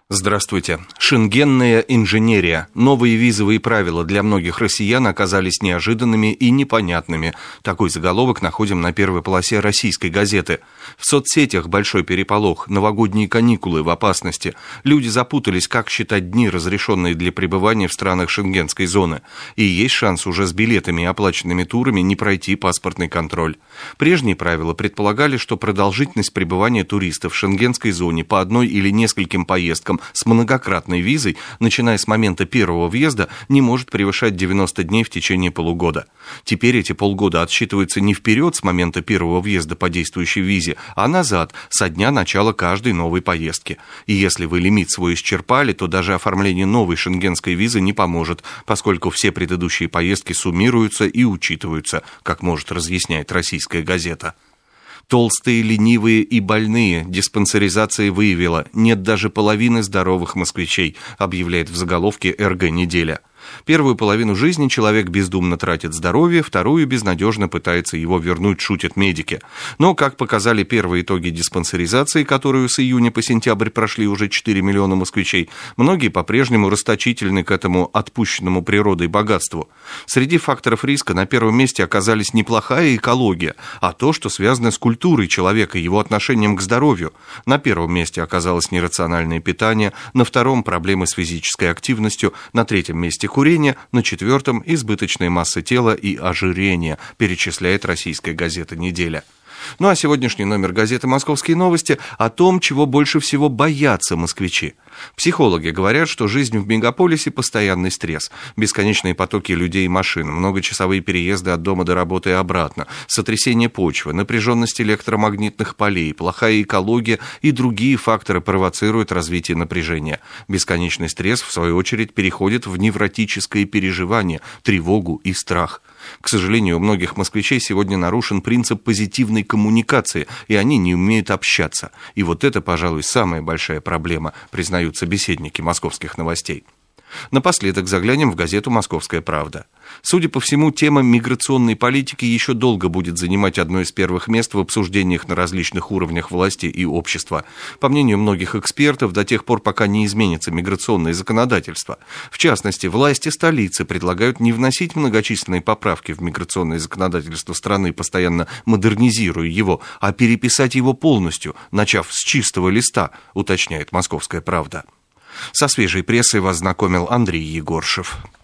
Здравствуйте. Шенгенная инженерия. Новые визовые правила для многих россиян оказались неожиданными и непонятными. Такой заголовок находим на первой полосе «Российской газеты». В соцсетях большой переполох, новогодние каникулы в опасности. Люди запутались, как считать дни, разрешенные для пребывания в странах шенгенской зоны. И есть шанс уже с билетами и оплаченными турами не пройти паспортный контроль. Прежние правила предполагали, что продолжительность пребывания туристов в шенгенской зоне по одной или нескольким поездкам с многократной визой, начиная с момента первого въезда, не может превышать 90 дней в течение полугода. Теперь эти полгода отсчитываются не вперед с момента первого въезда по действующей визе, а назад, со дня начала каждой новой поездки. И если вы лимит свой исчерпали, то даже оформление новой шенгенской визы не поможет, поскольку все предыдущие поездки суммируются и учитываются, как может разъясняет «Российская газета». Толстые, ленивые и больные. Диспансеризация выявила. Нет даже половины здоровых москвичей, объявляет в заголовке РГ «Неделя». Первую половину жизни человек бездумно тратит здоровье, вторую безнадежно пытается его вернуть, шутят медики. Но, как показали первые итоги диспансеризации, которую с июня по сентябрь прошли уже 4 миллиона москвичей, многие по-прежнему расточительны к этому отпущенному природой богатству. Среди факторов риска на первом месте оказались не плохая экология, а то, что связано с культурой человека и его отношением к здоровью. На первом месте оказалось нерациональное питание, на втором – проблемы с физической активностью, на третьем месте – курение, на четвертом – избыточная масса тела и ожирение, перечисляет «Российская газета «Неделя». Ну а сегодняшний номер газеты «Московские новости» о том, чего больше всего боятся москвичи. Психологи говорят, что жизнь в мегаполисе – постоянный стресс, бесконечные потоки людей и машин, многочасовые переезды от дома до работы и обратно, сотрясение почвы, напряженность электромагнитных полей, плохая экология и другие факторы провоцируют развитие напряжения. Бесконечный стресс, в свою очередь, переходит в невротическое переживание, тревогу и страх. К сожалению, у многих москвичей сегодня нарушен принцип позитивной коммуникации, и они не умеют общаться. И вот это, пожалуй, самая большая проблема, признают собеседники московских новостей. Напоследок заглянем в газету «Московская правда». Судя по всему, тема миграционной политики еще долго будет занимать одно из первых мест в обсуждениях на различных уровнях власти и общества. По мнению многих экспертов, до тех пор, пока не изменится миграционное законодательство. В частности, власти столицы предлагают не вносить многочисленные поправки в миграционное законодательство страны, постоянно модернизируя его, а переписать его полностью, начав с чистого листа, уточняет «Московская правда». Со свежей прессой вас знакомил Андрей Егоршев.